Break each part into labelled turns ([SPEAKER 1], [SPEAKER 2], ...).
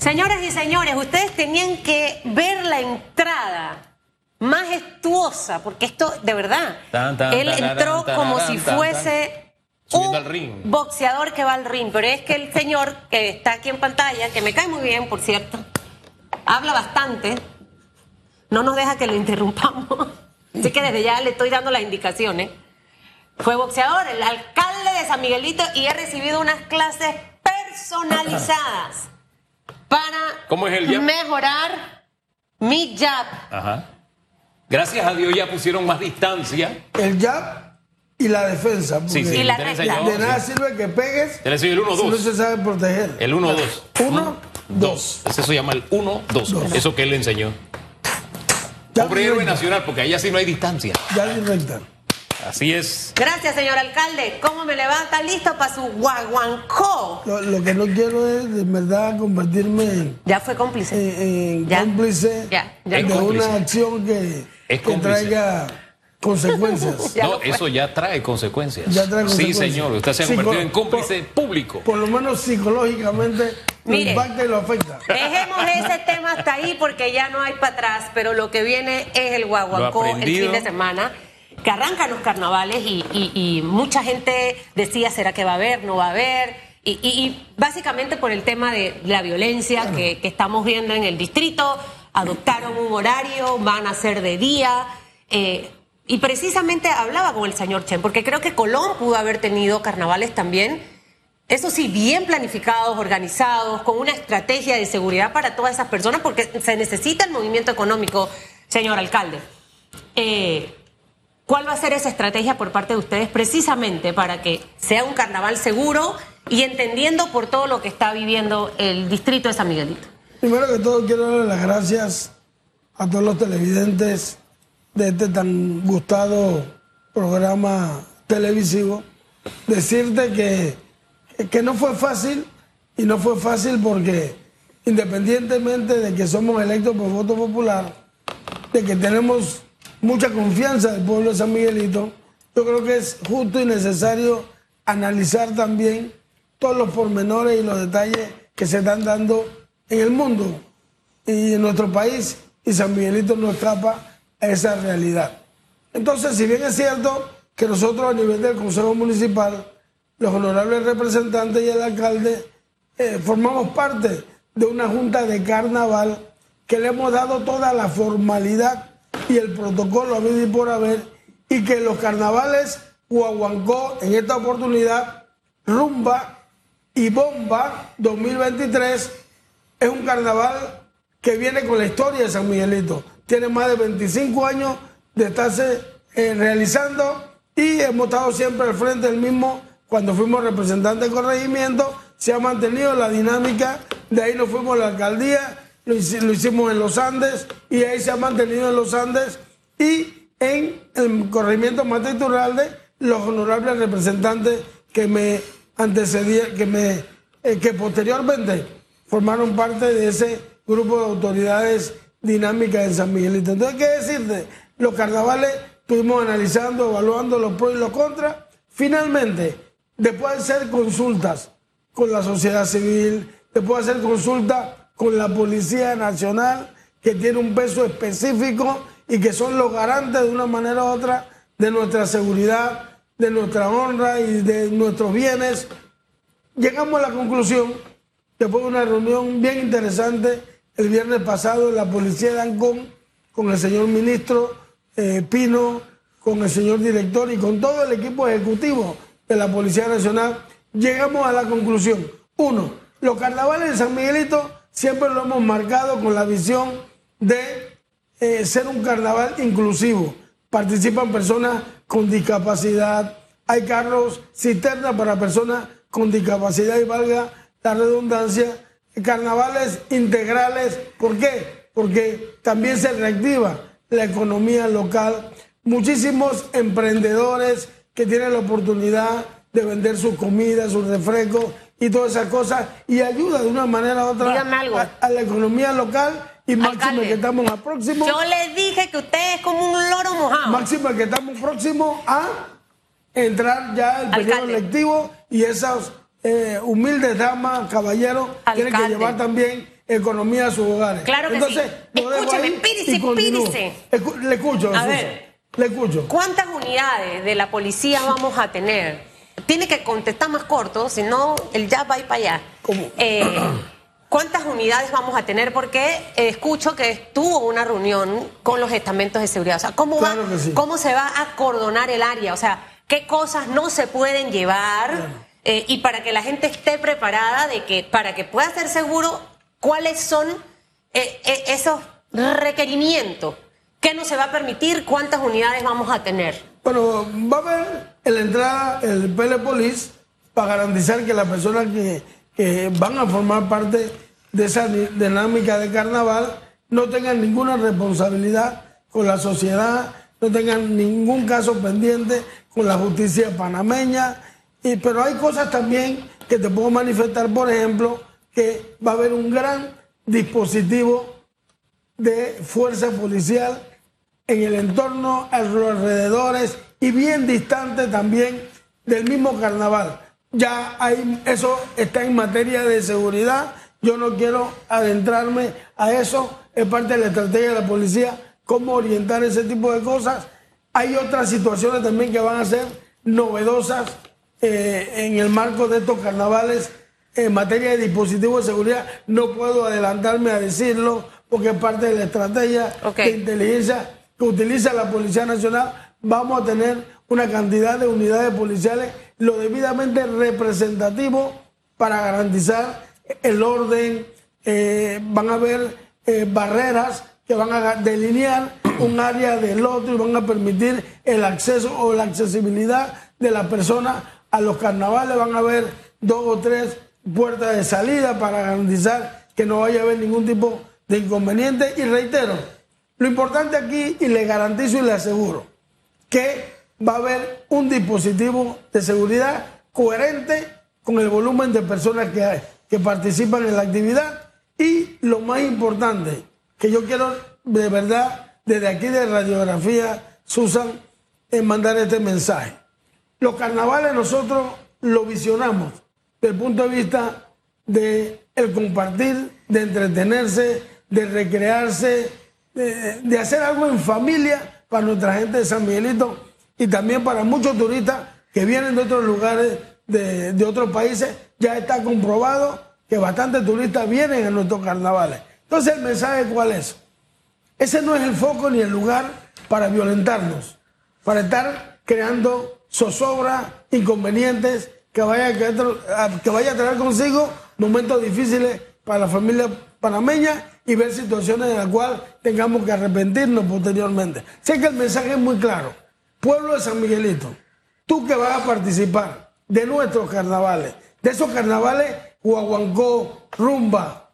[SPEAKER 1] Señoras y señores, ustedes tenían que ver la entrada majestuosa, porque esto, de verdad, él entró como si fuese un boxeador que va al ring, pero es que el señor que está aquí en pantalla, que me cae muy bien, por cierto, habla bastante, no nos deja que lo interrumpamos, así que desde ya le estoy dando las indicaciones. Fue boxeador, el alcalde de San Miguelito, y he recibido unas clases personalizadas para mejorar mi jab.
[SPEAKER 2] Ajá. Gracias a Dios ya pusieron más distancia.
[SPEAKER 3] El jab y la defensa.
[SPEAKER 1] Sí, y la recta.
[SPEAKER 3] De nada sirve que pegues.
[SPEAKER 2] Te le enseñó el 1-2.
[SPEAKER 3] Si no se sabe proteger.
[SPEAKER 2] El 1-2.
[SPEAKER 3] 1-2.
[SPEAKER 2] Eso se llama el 1-2. Eso que él le enseñó. Pobre héroe nacional, porque allá sí no hay distancia.
[SPEAKER 3] Ya ni recta.
[SPEAKER 2] Así es.
[SPEAKER 1] Gracias, señor alcalde. ¿Cómo me levanta listo para su guaguancó?
[SPEAKER 3] Lo que no quiero es, de verdad, convertirme en...
[SPEAKER 1] Ya fue cómplice.
[SPEAKER 3] En cómplice de una acción que traiga consecuencias.
[SPEAKER 2] No, eso ya trae consecuencias.
[SPEAKER 3] Ya trae consecuencias.
[SPEAKER 2] Sí, señor. Usted se ha convertido en cómplice público.
[SPEAKER 3] Por lo menos psicológicamente lo impacta y lo afecta.
[SPEAKER 1] Dejemos ese tema hasta ahí porque ya no hay para atrás, pero lo que viene es el guaguancó el fin de semana, que arrancan los carnavales y mucha gente decía, ¿será que va a haber? ¿No va a haber? Y básicamente por el tema de la violencia que estamos viendo en el distrito, adoptaron un horario, van a ser de día, y precisamente hablaba con el señor Chen, porque creo que Colón pudo haber tenido carnavales también, eso sí, bien planificados, organizados, con una estrategia de seguridad para todas esas personas, porque se necesita el movimiento económico, señor alcalde. ¿Cuál va a ser esa estrategia por parte de ustedes precisamente para que sea un carnaval seguro y entendiendo por todo lo que está viviendo el distrito de San Miguelito?
[SPEAKER 3] Primero que todo quiero darle las gracias a todos los televidentes de este tan gustado programa televisivo. Decirte que no fue fácil, y no fue fácil porque independientemente de que somos electos por voto popular, de que tenemos mucha confianza del pueblo de San Miguelito, yo creo que es justo y necesario analizar también todos los pormenores y los detalles que se están dando en el mundo y en nuestro país, y San Miguelito no escapa a esa realidad. Entonces, si bien es cierto que nosotros a nivel del Consejo Municipal, los honorables representantes y el alcalde, formamos parte de una junta de carnaval que le hemos dado toda la formalidad y el protocolo habido y por haber, y que los carnavales Guaguancó en esta oportunidad, Rumba y Bomba 2023, es un carnaval que viene con la historia de San Miguelito. Tiene más de 25 años de estarse realizando, y hemos estado siempre al frente del mismo. Cuando fuimos representantes de corregimiento, se ha mantenido la dinámica, de ahí nos fuimos a la alcaldía, lo hicimos en los Andes, y ahí se ha mantenido en los Andes, y en el corregimiento Mata Iturralde, los honorables representantes que me antecedían, que posteriormente formaron parte de ese grupo de autoridades dinámicas en San Miguelito. Entonces, ¿qué decirte? Los carnavales estuvimos analizando, evaluando los pros y los contras. Finalmente, después de hacer consultas con la sociedad civil, después de hacer consultas con la Policía Nacional, que tiene un peso específico y que son los garantes de una manera u otra de nuestra seguridad, de nuestra honra y de nuestros bienes, llegamos a la conclusión, después de una reunión bien interesante el viernes pasado en la Policía de Ancón, con el señor ministro Pino, con el señor director y con todo el equipo ejecutivo de la Policía Nacional, llegamos a la conclusión. Uno, los carnavales de San Miguelito siempre lo hemos marcado con la visión de ser un carnaval inclusivo. Participan personas con discapacidad, hay carros cisterna para personas con discapacidad, y valga la redundancia, carnavales integrales. ¿Por qué? Porque también se reactiva la economía local. Muchísimos emprendedores que tienen la oportunidad de vender sus comidas, sus refrescos y todas esas cosas, y ayuda de una manera u otra a la economía local. Y máximo que estamos a próximo.
[SPEAKER 1] Yo les dije que usted es como un loro mojado.
[SPEAKER 3] Máximo que estamos próximos a entrar ya el periodo lectivo, y esas humildes damas, caballeros, tienen que llevar también economía a sus hogares.
[SPEAKER 1] Claro que
[SPEAKER 3] entonces,
[SPEAKER 1] sí. Escúcheme, pídese.
[SPEAKER 3] Le escucho.
[SPEAKER 1] A ver,
[SPEAKER 3] le escucho.
[SPEAKER 1] ¿Cuántas unidades de la policía vamos a tener? Tiene que contestar más corto, si no, el ya va a ir para allá.
[SPEAKER 3] ¿Cómo?
[SPEAKER 1] ¿Cuántas unidades vamos a tener? Porque escucho que estuvo una reunión con los estamentos de seguridad. O sea, ¿cómo se va a acordonar el área? O sea, ¿qué cosas no se pueden llevar? Y para que la gente esté preparada para que pueda ser seguro, ¿cuáles son esos requerimientos? ¿Qué no se va a permitir? ¿Cuántas unidades vamos a tener?
[SPEAKER 3] Bueno, va a haber en la entrada el PL Police para garantizar que las personas que van a formar parte de esa dinámica de carnaval no tengan ninguna responsabilidad con la sociedad, no tengan ningún caso pendiente con la justicia panameña. Pero hay cosas también que te puedo manifestar, por ejemplo, que va a haber un gran dispositivo de fuerza policial en el entorno, a los alrededores y bien distante también del mismo carnaval. Ya eso está en materia de seguridad. Yo no quiero adentrarme a eso. Es parte de la estrategia de la policía, cómo orientar ese tipo de cosas. Hay otras situaciones también que van a ser novedosas en el marco de estos carnavales en materia de dispositivos de seguridad. No puedo adelantarme a decirlo porque es parte de la estrategia de inteligencia que utiliza la Policía Nacional. Vamos a tener una cantidad de unidades policiales lo debidamente representativo para garantizar el orden. Van a haber barreras que van a delinear un área del otro y van a permitir el acceso o la accesibilidad de las personas a los carnavales. Van a haber 2 o 3 puertas de salida para garantizar que no vaya a haber ningún tipo de inconveniente. Y reitero, lo importante aquí, y le garantizo y le aseguro, que va a haber un dispositivo de seguridad coherente con el volumen de personas que participan en la actividad. Y lo más importante, que yo quiero de verdad, desde aquí de Radiografía, Susan, es mandar este mensaje. Los carnavales nosotros lo visionamos desde el punto de vista de el compartir, de entretenerse, de recrearse, de hacer algo en familia para nuestra gente de San Miguelito y también para muchos turistas que vienen de otros lugares, de otros países. Ya está comprobado que bastantes turistas vienen a nuestros carnavales. Entonces, ¿el mensaje cuál es? Ese no es el foco ni el lugar para violentarnos, para estar creando zozobra, inconvenientes, que vaya a traer consigo momentos difíciles para la familia panameña y ver situaciones en las cuales tengamos que arrepentirnos posteriormente. Sé que el mensaje es muy claro. Pueblo de San Miguelito, tú que vas a participar de nuestros carnavales, de esos carnavales guaguancó, rumba,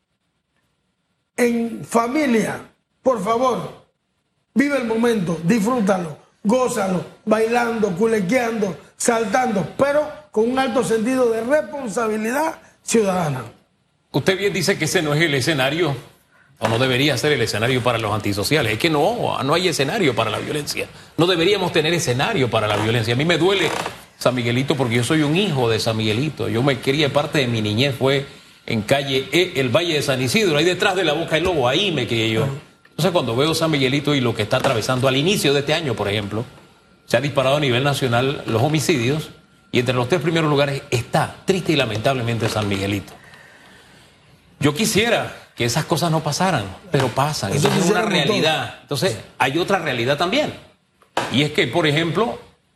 [SPEAKER 3] en familia, por favor, vive el momento, disfrútalo, gózalo, bailando, culequeando, saltando, pero con un alto sentido de responsabilidad ciudadana.
[SPEAKER 2] Usted bien dice que ese no es el escenario, o no debería ser el escenario para los antisociales. Es que no hay escenario para la violencia. No deberíamos tener escenario para la violencia. A mí me duele San Miguelito porque yo soy un hijo de San Miguelito. Yo me crié, parte de mi niñez fue en calle el Valle de San Isidro, ahí detrás de la Boca del Lobo, ahí me crié yo. Entonces cuando veo San Miguelito y lo que está atravesando al inicio de este año, por ejemplo, se ha disparado a nivel nacional los homicidios y entre los 3 primeros lugares está, triste y lamentablemente, San Miguelito. Yo quisiera que esas cosas no pasaran, pero pasan. Entonces es una realidad. Entonces hay otra realidad también. Y es que, por ejemplo,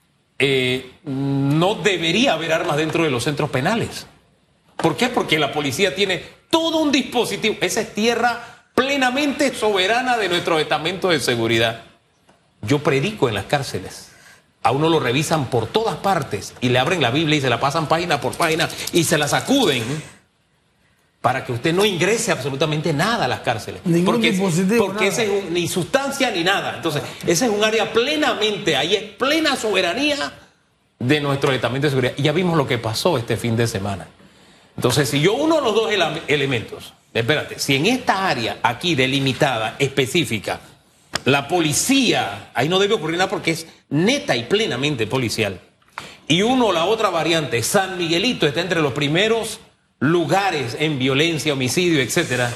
[SPEAKER 2] no debería haber armas dentro de los centros penales. ¿Por qué? Porque la policía tiene todo un dispositivo. Esa es tierra plenamente soberana de nuestro estamento de seguridad. Yo predico en las cárceles. A uno lo revisan por todas partes y le abren la Biblia y se la pasan página por página y se la sacuden para que usted no ingrese absolutamente nada a las cárceles. Porque ese es ni sustancia ni nada. Entonces, ese es un área plenamente, ahí es plena soberanía de nuestro estamento de seguridad. Y ya vimos lo que pasó este fin de semana. Entonces, si yo uno los 2 elementos, espérate, si en esta área aquí delimitada, específica, la policía, ahí no debe ocurrir nada porque es neta y plenamente policial. Y la otra variante, San Miguelito está entre los primeros lugares en violencia, homicidio, etcétera.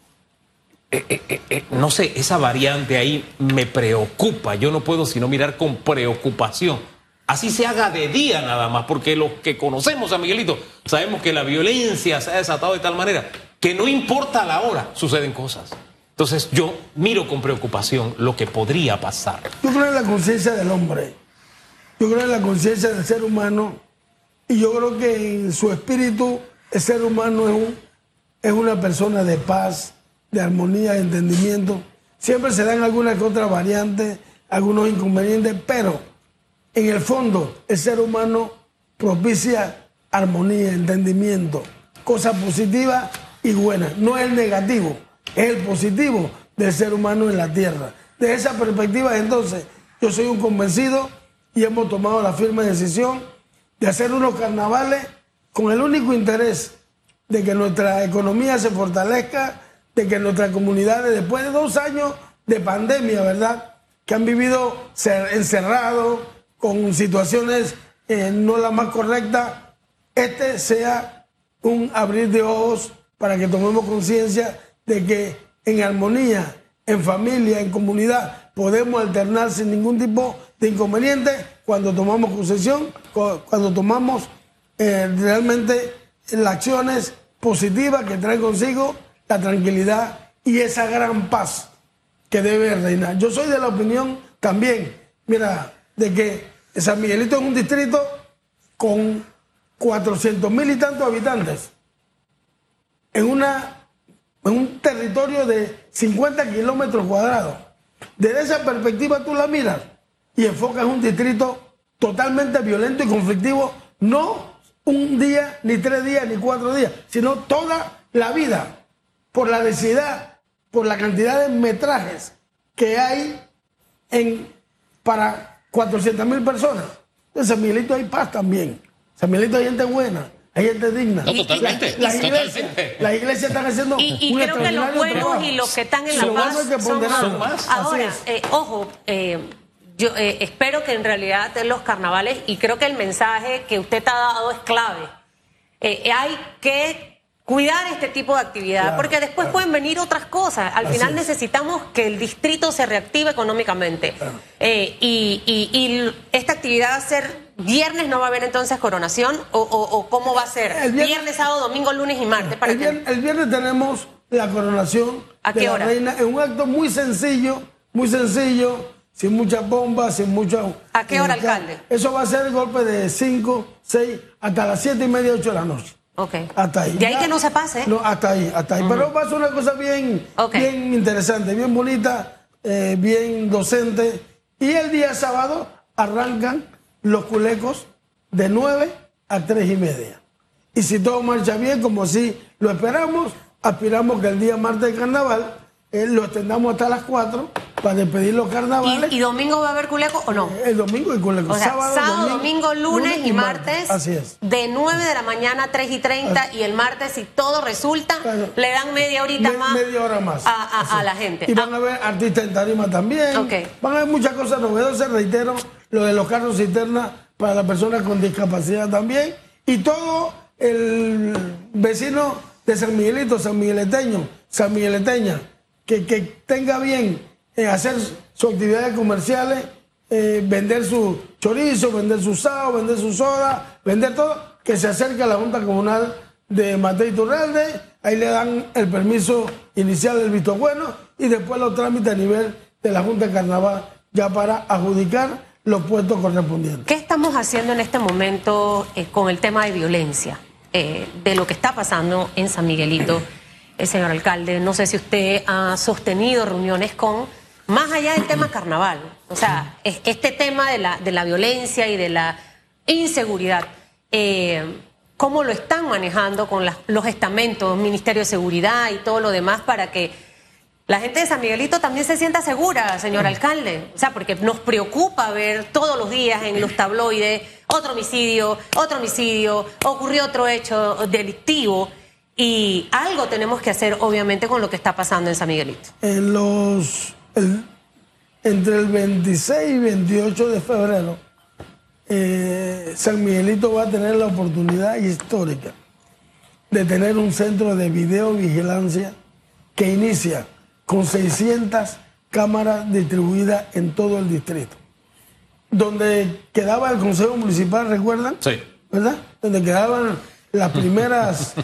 [SPEAKER 2] No sé, esa variante ahí me preocupa. Yo no puedo sino mirar con preocupación. Así se haga de día nada más, porque los que conocemos a Miguelito sabemos que la violencia se ha desatado de tal manera que no importa la hora, suceden cosas. Entonces yo miro con preocupación lo que podría pasar.
[SPEAKER 3] Yo creo en la conciencia del hombre, yo creo en la conciencia del ser humano, y yo creo que en su espíritu el ser humano es una persona de paz, de armonía, de entendimiento. Siempre se dan algunas que otras variantes, algunos inconvenientes, pero en el fondo el ser humano propicia armonía, entendimiento, cosas positivas y buenas. No es el negativo, es el positivo del ser humano en la tierra. De esa perspectiva, entonces, yo soy un convencido y hemos tomado la firme decisión de hacer unos carnavales con el único interés de que nuestra economía se fortalezca, de que nuestras comunidades, después de 2 años de pandemia, ¿verdad?, que han vivido encerrados, con situaciones no las más correctas, este sea un abrir de ojos para que tomemos conciencia de que en armonía, en familia, en comunidad, podemos alternar sin ningún tipo de inconveniente cuando tomamos concesión, cuando tomamos realmente las acciones positivas que traen consigo la tranquilidad y esa gran paz que debe reinar. Yo soy de la opinión también, mira, de que San Miguelito es un distrito con 400,000 y tantos habitantes en un territorio de 50 kilómetros cuadrados. Desde esa perspectiva tú la miras y enfocas un distrito totalmente violento y conflictivo, no un día, ni 3 días, ni 4 días, sino toda la vida, por la densidad, por la cantidad de metrajes que hay para 400,000 personas. En San Miguelito hay paz también. San Miguelito hay gente buena, hay gente digna.
[SPEAKER 2] No, totalmente.
[SPEAKER 3] Las iglesias están haciendo
[SPEAKER 1] y
[SPEAKER 3] un
[SPEAKER 1] creo que los buenos
[SPEAKER 3] trabajo.
[SPEAKER 1] y los que están en la paz
[SPEAKER 2] son más.
[SPEAKER 1] Ahora, ojo, yo espero que en realidad los carnavales, y creo que el mensaje que usted ha dado es clave. Hay que cuidar este tipo de actividad, claro, porque después pueden venir otras cosas. Al final necesitamos que el distrito se reactive económicamente. Claro. Y esta actividad va a ser viernes, ¿no va a haber entonces coronación? ¿O cómo va a ser? Viernes, sábado, domingo, lunes y martes.
[SPEAKER 3] El viernes tenemos la coronación.
[SPEAKER 1] ¿A qué hora?
[SPEAKER 3] Reina, en un acto muy sencillo, sin muchas bombas, sin mucho...
[SPEAKER 1] ¿A qué hora, alcalde?
[SPEAKER 3] Eso va a ser el golpe de 5, 6, hasta las 7:30, 8 de la noche.
[SPEAKER 1] Ok.
[SPEAKER 3] Hasta ahí.
[SPEAKER 1] De ahí que no se pase.
[SPEAKER 3] No, hasta ahí. Pero va a ser una cosa bien interesante, bien bonita, bien docente. Y el día sábado arrancan los culecos de 9 a 3:30. Y si todo marcha bien, como así lo esperamos, aspiramos que el día martes de carnaval lo extendamos hasta las 4 para despedir los carnavales.
[SPEAKER 1] ¿Y domingo va a haber culeco o no?
[SPEAKER 3] El domingo hay culeco.
[SPEAKER 1] O sea, sábado, domingo, lunes y martes.
[SPEAKER 3] Así es.
[SPEAKER 1] De 9 de la mañana a 3:30 y el martes, si todo resulta, le dan media horita más.
[SPEAKER 3] Media hora más.
[SPEAKER 1] A la gente.
[SPEAKER 3] Y van a ver artistas en tarima también. Van a ver muchas cosas novedosas, reitero, lo de los carros cisternas para las personas con discapacidad también. Y todo el vecino de San Miguelito, San Migueleteña, que tenga bien hacer sus actividades comerciales, vender su chorizo, vender su sao, vender su soda, vender todo, que se acerque a la Junta Comunal de Mateo Iturralde, ahí le dan el permiso inicial del visto bueno y después los trámites a nivel de la Junta de Carnaval ya para adjudicar los puestos correspondientes.
[SPEAKER 1] ¿Qué estamos haciendo en este momento con el tema de violencia, de lo que está pasando en San Miguelito? Señor alcalde, no sé si usted ha sostenido reuniones más allá del tema carnaval, o sea, este tema de la violencia y de la inseguridad, ¿cómo lo están manejando con los estamentos, Ministerio de Seguridad y todo lo demás para que la gente de San Miguelito también se sienta segura, señor alcalde? O sea, porque nos preocupa ver todos los días en los tabloides otro homicidio, ocurrió otro hecho delictivo. Y algo tenemos que hacer, obviamente, con lo que está pasando en San Miguelito.
[SPEAKER 3] Entre el 26 y 28 de febrero, San Miguelito va a tener la oportunidad histórica de tener un centro de videovigilancia que inicia con 600 cámaras distribuidas en todo el distrito. Donde quedaba el Consejo Municipal, ¿recuerdan?
[SPEAKER 2] Sí.
[SPEAKER 3] ¿Verdad? Donde quedaban las primeras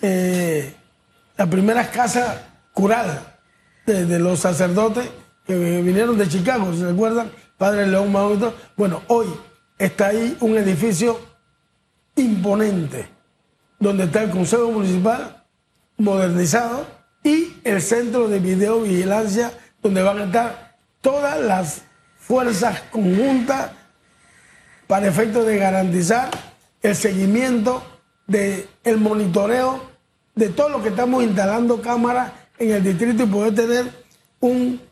[SPEAKER 3] casas curales de los sacerdotes que vinieron de Chicago, ¿se recuerdan? Padre León Mahón. Bueno, hoy está ahí un edificio imponente, donde está el Consejo Municipal modernizado y el centro de videovigilancia, donde van a estar todas las fuerzas conjuntas para efecto de garantizar el seguimiento del monitoreo de todo lo que estamos instalando cámaras en el distrito y poder tener un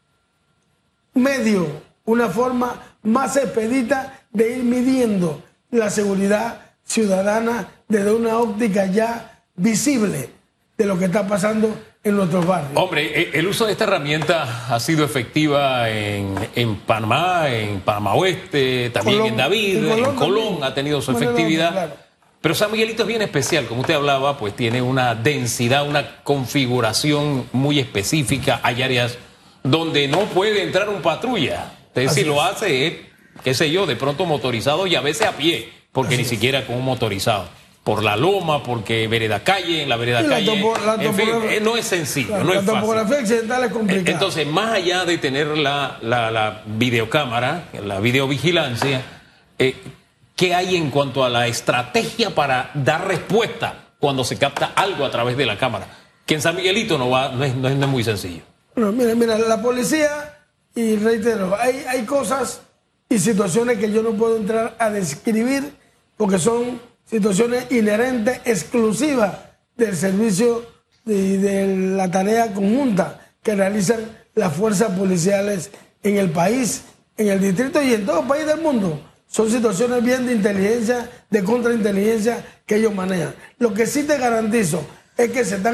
[SPEAKER 3] medio, una forma más expedita de ir midiendo la seguridad ciudadana desde una óptica ya visible de lo que está pasando en nuestros barrios.
[SPEAKER 2] Hombre, el uso de esta herramienta ha sido efectiva en Panamá Oeste, también en David, en Colón ha tenido su efectividad. Claro. Pero San Miguelito es bien especial, como usted hablaba, pues tiene una densidad, una configuración muy específica. Hay áreas donde no puede entrar un patrulla. Es decir, lo hace, qué sé yo, de pronto motorizado y a veces a pie, porque ni siquiera con un motorizado. Por la loma, porque vereda calle, en la vereda calle. En fin, no es sencillo, claro, no es fácil. La
[SPEAKER 3] topografía accidental es complicada.
[SPEAKER 2] Entonces, más allá de tener la videocámara, la videovigilancia, ¿qué hay en cuanto a la estrategia para dar respuesta cuando se capta algo a través de la cámara? Que en San Miguelito no es muy sencillo.
[SPEAKER 3] No, mira, la policía, y reitero, hay cosas y situaciones que yo no puedo entrar a describir porque son situaciones inherentes, exclusivas del servicio y de la tarea conjunta que realizan las fuerzas policiales en el país, en el distrito y en todo el país del mundo. Son situaciones bien de inteligencia, de contrainteligencia que ellos manejan. Lo que sí te garantizo es que se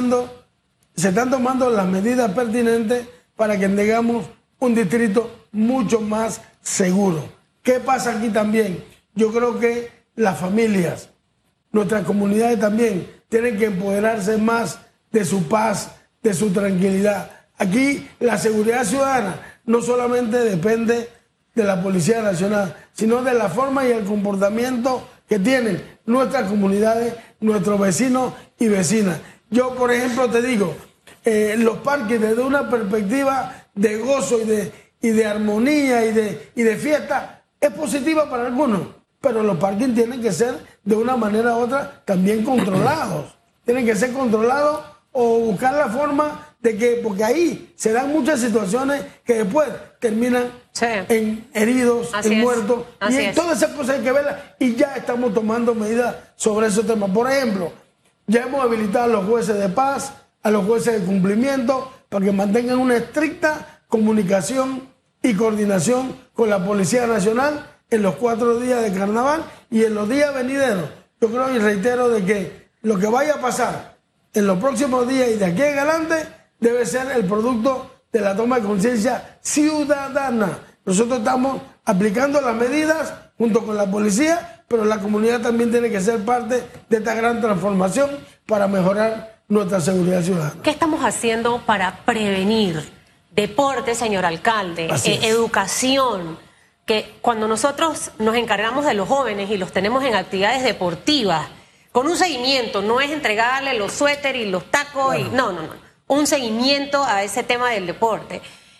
[SPEAKER 3] están tomando las medidas pertinentes para que tengamos un distrito mucho más seguro. ¿Qué pasa aquí también? Yo creo que las familias, nuestras comunidades también tienen que empoderarse más de su paz, de su tranquilidad. Aquí la seguridad ciudadana no solamente depende de la Policía Nacional, sino de la forma y el comportamiento que tienen nuestras comunidades, nuestros vecinos y vecinas. Yo, por ejemplo, te digo, los parques desde una perspectiva de gozo y de armonía y de fiesta es positiva para algunos, pero los parques tienen que ser de una manera u otra también controlados. Tienen que ser controlados o buscar la forma de que, porque ahí se dan muchas situaciones que después terminan en heridos, en muertos, y todas esas cosas hay que verlas y ya estamos tomando medidas sobre esos temas. Por ejemplo, ya hemos habilitado a los jueces de paz, a los jueces de cumplimiento, para que mantengan una estricta comunicación y coordinación con la Policía Nacional en los 4 días de carnaval y en los días venideros. Yo creo y reitero de que lo que vaya a pasar en los próximos días y de aquí en adelante debe ser el producto de la toma de conciencia ciudadana. Nosotros estamos aplicando las medidas junto con la policía, pero la comunidad también tiene que ser parte de esta gran transformación para mejorar nuestra seguridad ciudadana.
[SPEAKER 1] ¿Qué estamos haciendo para prevenir? Deporte, señor alcalde, educación, que cuando nosotros nos encargamos de los jóvenes y los tenemos en actividades deportivas, con un seguimiento, no es entregarle los suéteres y los tacos, claro. No. Un seguimiento a ese tema del deporte,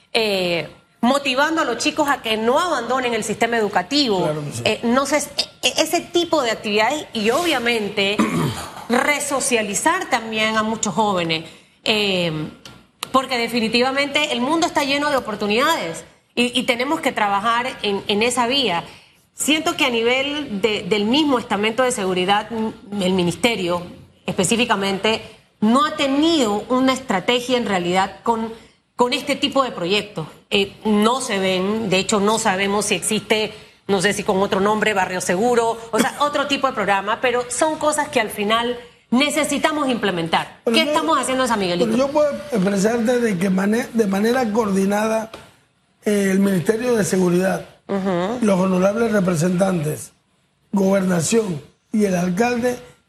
[SPEAKER 1] motivando a los chicos a que no abandonen el sistema educativo, claro, sí. Ese tipo de actividades y obviamente resocializar también a muchos jóvenes, porque definitivamente el mundo está lleno de oportunidades y tenemos que trabajar en esa vía. Siento que a nivel del mismo estamento de seguridad, el ministerio específicamente, no ha tenido una estrategia en realidad con este tipo de proyectos. No se ven, de hecho no sabemos si existe, no sé si con otro nombre, Barrio Seguro, o sea, otro tipo de programa, pero son cosas que al final necesitamos implementar. ¿Qué estamos haciendo en San Miguelito?
[SPEAKER 3] Yo puedo expresarte de que de manera coordinada el Ministerio de Seguridad, los honorables representantes, Gobernación y el alcalde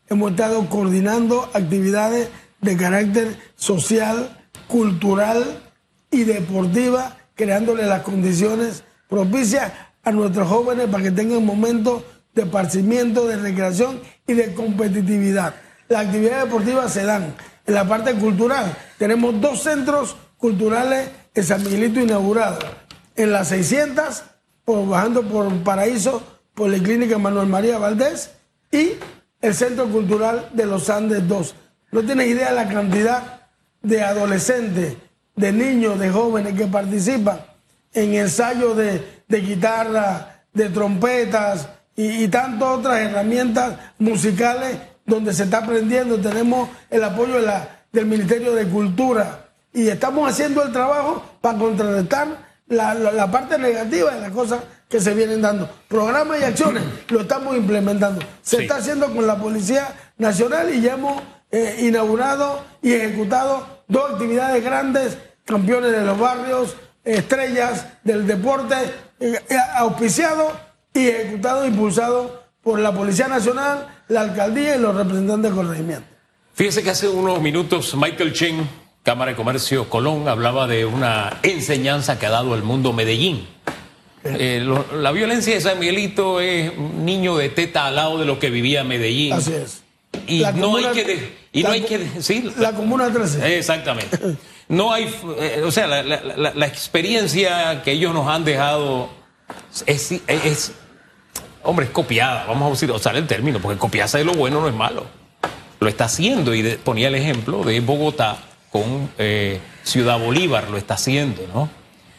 [SPEAKER 3] hemos estado coordinando actividades de carácter social, cultural y deportiva, creándole las condiciones propicias a nuestros jóvenes para que tengan momentos de esparcimiento, de recreación y de competitividad. Las actividades deportivas se dan. En la parte cultural tenemos 2 centros culturales en San Miguelito inaugurados. En las 600, bajando por Paraíso, Policlínica Manuel María Valdés, y el Centro Cultural de los Andes 2. No tienes idea de la cantidad de adolescentes, de niños, de jóvenes que participan en ensayos de guitarra, de trompetas y tantas otras herramientas musicales donde se está aprendiendo. Tenemos el apoyo del Ministerio de Cultura y estamos haciendo el trabajo para contrarrestar la parte negativa de las cosas que se vienen dando. Programas y acciones lo estamos implementando. Se está haciendo con la Policía Nacional y ya hemos inaugurado y ejecutado 2 actividades grandes, campeones de los barrios, estrellas del deporte, auspiciado y ejecutado e impulsado por la Policía Nacional, la Alcaldía y los representantes del corregimiento.
[SPEAKER 2] Fíjese que hace unos minutos Michael Chen, Cámara de Comercio Colón, hablaba de una enseñanza que ha dado el mundo Medellín. La violencia de San Miguelito es un niño de teta al lado de lo que vivía Medellín.
[SPEAKER 3] Así es.
[SPEAKER 2] Y la no comuna, hay que... sí,
[SPEAKER 3] la Comuna 13.
[SPEAKER 2] Exactamente. No hay... o sea, la experiencia que ellos nos han dejado es hombre, es copiada, vamos a usar el término, porque copiarse de lo bueno no es malo. Lo está haciendo y ponía el ejemplo de Bogotá con Ciudad Bolívar, lo está haciendo, ¿no?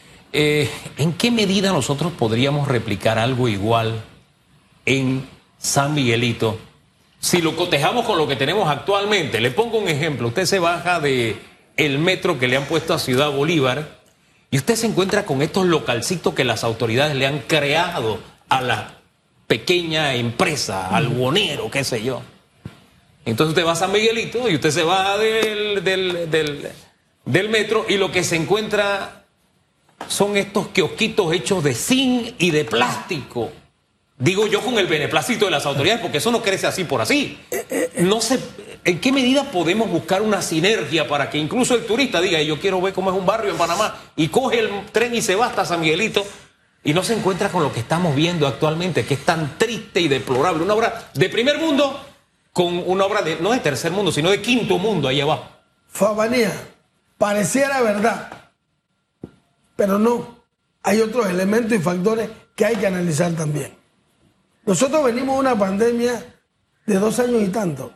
[SPEAKER 2] ¿En qué medida nosotros podríamos replicar algo igual en San Miguelito si lo cotejamos con lo que tenemos actualmente? Le pongo un ejemplo. Usted se baja del metro que le han puesto a Ciudad Bolívar y usted se encuentra con estos localcitos que las autoridades le han creado a la pequeña empresa, al buhonero, qué sé yo. Entonces usted va a San Miguelito y usted se baja del metro y lo que se encuentra son estos kiosquitos hechos de zinc y de plástico. Digo yo con el beneplácito de las autoridades, porque eso no crece así por así. No sé, ¿en qué medida podemos buscar una sinergia para que incluso el turista diga, yo quiero ver cómo es un barrio en Panamá, y coge el tren y se va hasta San Miguelito, y no se encuentra con lo que estamos viendo actualmente, que es tan triste y deplorable? Una obra de primer mundo con una obra no de tercer mundo, sino de quinto mundo ahí abajo.
[SPEAKER 3] Fabanía, pareciera verdad, pero no. Hay otros elementos y factores que hay que analizar también. Nosotros venimos de una pandemia de 2 años y tanto,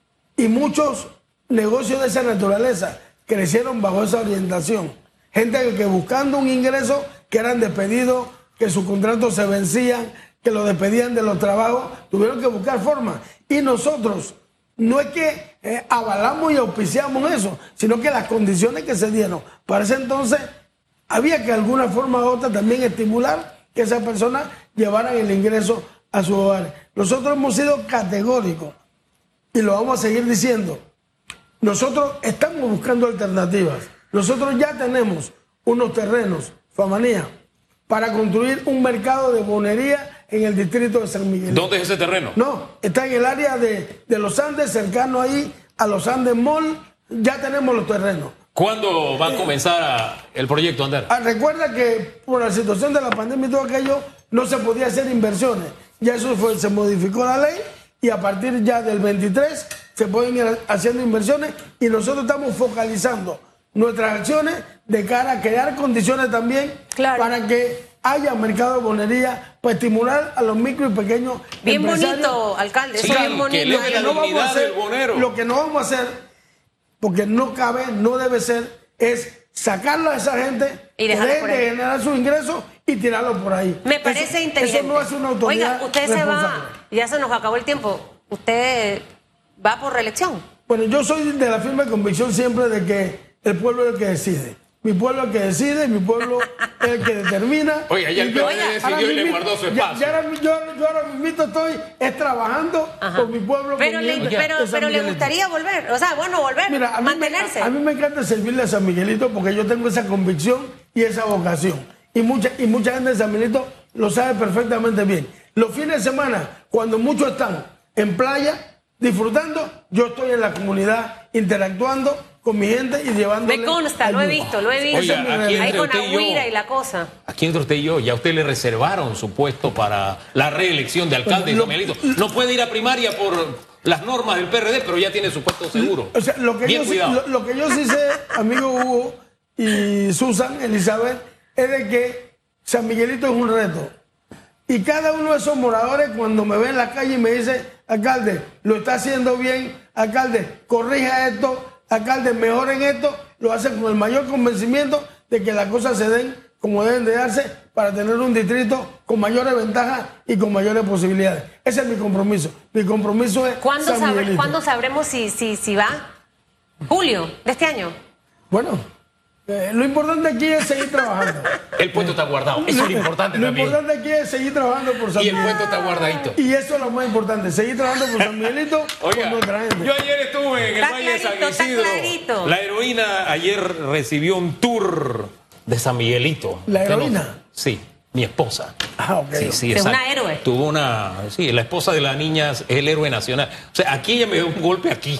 [SPEAKER 3] y muchos negocios de esa naturaleza crecieron bajo esa orientación. Gente que buscando un ingreso, que eran despedidos, que sus contratos se vencían, que los despedían de los trabajos, tuvieron que buscar formas. Y nosotros no es que avalamos y auspiciamos eso, sino que las condiciones que se dieron para ese entonces, había que de alguna forma u otra también estimular que esas personas llevaran el ingreso a su hogar. Nosotros hemos sido categóricos y lo vamos a seguir diciendo. Nosotros estamos buscando alternativas. Nosotros ya tenemos unos terrenos, Famanía, para construir un mercado de bonería en el distrito de San Miguel.
[SPEAKER 2] ¿Dónde es ese terreno?
[SPEAKER 3] No, está en el área de los Andes, cercano ahí a los Andes Mall. Ya tenemos los terrenos.
[SPEAKER 2] ¿Cuándo va a comenzar el proyecto, Ander?
[SPEAKER 3] Recuerda que por la situación de la pandemia y todo aquello, no se podía hacer inversiones. Ya eso se modificó la ley y a partir ya del 23 se pueden ir haciendo inversiones y nosotros estamos focalizando nuestras acciones de cara a crear condiciones también para que haya mercado de bonería para estimular a los micro y pequeños
[SPEAKER 1] bien
[SPEAKER 3] empresarios.
[SPEAKER 1] Bonito, alcalde,
[SPEAKER 2] sí,
[SPEAKER 1] eso es bien bonito.
[SPEAKER 2] Que eleve la dignidad del bonero.
[SPEAKER 3] Lo que no vamos a hacer, porque no cabe, no debe ser, es sacarlo a esa gente
[SPEAKER 1] y
[SPEAKER 3] que dejen
[SPEAKER 1] de
[SPEAKER 3] generar sus ingresos y tirarlo por ahí.
[SPEAKER 1] Me parece inteligente.
[SPEAKER 3] Eso no es una autoridad.
[SPEAKER 1] Oiga, usted se va, ya se nos acabó el tiempo. ¿Usted va por reelección?
[SPEAKER 3] Bueno, yo soy de la firme convicción siempre de que el pueblo es el que decide. Mi pueblo es el que decide, mi pueblo es el que determina.
[SPEAKER 2] Oiga, ya el PLD decidió y le guardó su espacio.
[SPEAKER 3] Yo ahora mismo estoy trabajando por mi pueblo.
[SPEAKER 1] Pero le gustaría volver, o sea, bueno, volver,
[SPEAKER 3] mira,
[SPEAKER 1] mantenerse.
[SPEAKER 3] A mí me encanta servirle a San Miguelito porque yo tengo esa convicción y esa vocación. Y mucha gente de San Miguelito lo sabe perfectamente bien. Los fines de semana, cuando muchos están en playa, disfrutando, yo estoy en la comunidad interactuando con mi gente y llevándole.
[SPEAKER 1] Me consta, lo he visto.
[SPEAKER 2] Oiga,
[SPEAKER 1] ahí con Agüira y la cosa.
[SPEAKER 2] Aquí entre usted y yo, ya usted le reservaron su puesto para la reelección de alcalde de San Miguelito. No puede ir a primaria por las normas del PRD, pero ya tiene su puesto seguro.
[SPEAKER 3] O sea, lo que yo sí sé, amigo Hugo y Susan, Elizabeth, es de que San Miguelito es un reto. Y cada uno de esos moradores, cuando me ve en la calle y me dice, alcalde, lo está haciendo bien, alcalde, corrija esto, alcalde, mejoren esto, lo hacen con el mayor convencimiento de que las cosas se den como deben de darse para tener un distrito con mayores ventajas y con mayores posibilidades. Ese es mi compromiso. Mi compromiso es
[SPEAKER 1] ¿Cuándo sabremos si va? ¿Julio de este año?
[SPEAKER 3] Bueno, lo importante aquí es seguir trabajando.
[SPEAKER 2] El puesto está guardado. Eso es lo importante también.
[SPEAKER 3] Lo importante aquí es seguir trabajando por San Miguelito.
[SPEAKER 2] Y el puesto está guardadito.
[SPEAKER 3] Y eso es lo más importante, seguir trabajando por San Miguelito.
[SPEAKER 2] Oiga,
[SPEAKER 3] con nuestra gente.
[SPEAKER 2] Yo ayer estuve en el Valle de San Isidro. La heroína ayer recibió un tour de San Miguelito.
[SPEAKER 3] ¿La heroína?
[SPEAKER 2] Sí, mi esposa.
[SPEAKER 3] Ah, ok.
[SPEAKER 2] Sí,
[SPEAKER 1] es una héroe.
[SPEAKER 2] Tuvo la esposa de la niña es el héroe nacional. O sea, aquí ella me dio un golpe aquí.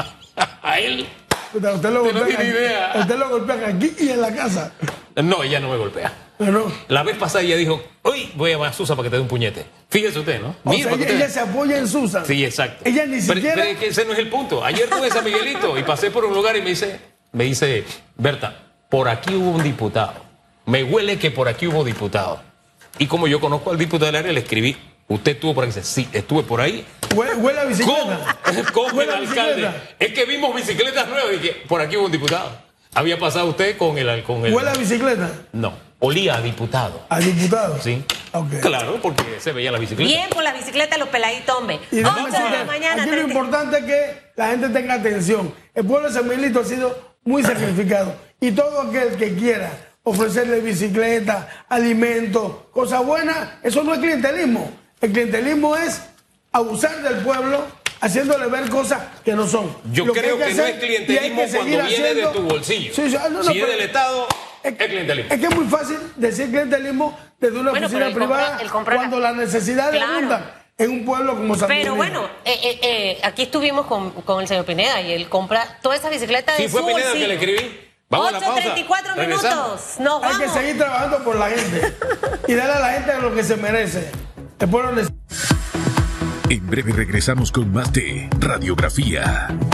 [SPEAKER 2] A él.
[SPEAKER 3] Usted lo golpea,
[SPEAKER 2] no tiene idea.
[SPEAKER 3] Usted lo golpea aquí y en la casa.
[SPEAKER 2] No, ella no me golpea.
[SPEAKER 3] No.
[SPEAKER 2] La vez pasada ella dijo, hoy voy a llamar a Susan para que te dé un puñete. Fíjese usted, ¿no?
[SPEAKER 3] O sea, ella se apoya en Susan.
[SPEAKER 2] Sí, exacto.
[SPEAKER 3] Ella ni siquiera...
[SPEAKER 2] Pero es que ese no es el punto. Ayer estuve en San Miguelito y pasé por un lugar y me dice, Berta, por aquí hubo un diputado. Me huele que por aquí hubo diputado. Y como yo conozco al diputado del área, le escribí, ¿usted estuvo por ahí? Dice, sí, estuve por ahí.
[SPEAKER 3] ¿Huele a bicicleta?
[SPEAKER 2] Con el alcalde. Es que vimos bicicletas nuevas y que por aquí hubo un diputado. ¿Había pasado usted con el...
[SPEAKER 3] ¿Huele a bicicleta?
[SPEAKER 2] No, olía a diputado.
[SPEAKER 3] ¿A diputado?
[SPEAKER 2] Sí.
[SPEAKER 3] Okay.
[SPEAKER 2] Claro, porque se veía la bicicleta.
[SPEAKER 1] Bien por las bicicletas, los peladitos, hombre.
[SPEAKER 3] Y
[SPEAKER 1] 8 de la mañana.
[SPEAKER 3] Aquí lo importante es que la gente tenga atención. El pueblo de San Miguelito ha sido muy sacrificado. Y todo aquel que quiera ofrecerle bicicleta, alimentos, cosas buenas, eso no es clientelismo. El clientelismo es abusar del pueblo, haciéndole ver cosas que no son.
[SPEAKER 2] Yo creo que no es clientelismo cuando viene de tu bolsillo. Si es del Estado, es clientelismo.
[SPEAKER 3] Es que es muy fácil decir clientelismo desde una oficina privada cuando las necesidades abundan en un pueblo como San Miguelito.
[SPEAKER 1] Pero bueno, aquí estuvimos con el señor Pineda y él compra toda esa bicicleta de
[SPEAKER 2] su bolsillo. Sí, fue Pineda que le escribí.
[SPEAKER 1] 8:34 minutos. Nos vamos.
[SPEAKER 3] Hay que seguir trabajando por la gente y darle a la gente lo que se merece. El pueblo necesita.
[SPEAKER 4] En breve regresamos con más de Radiografía.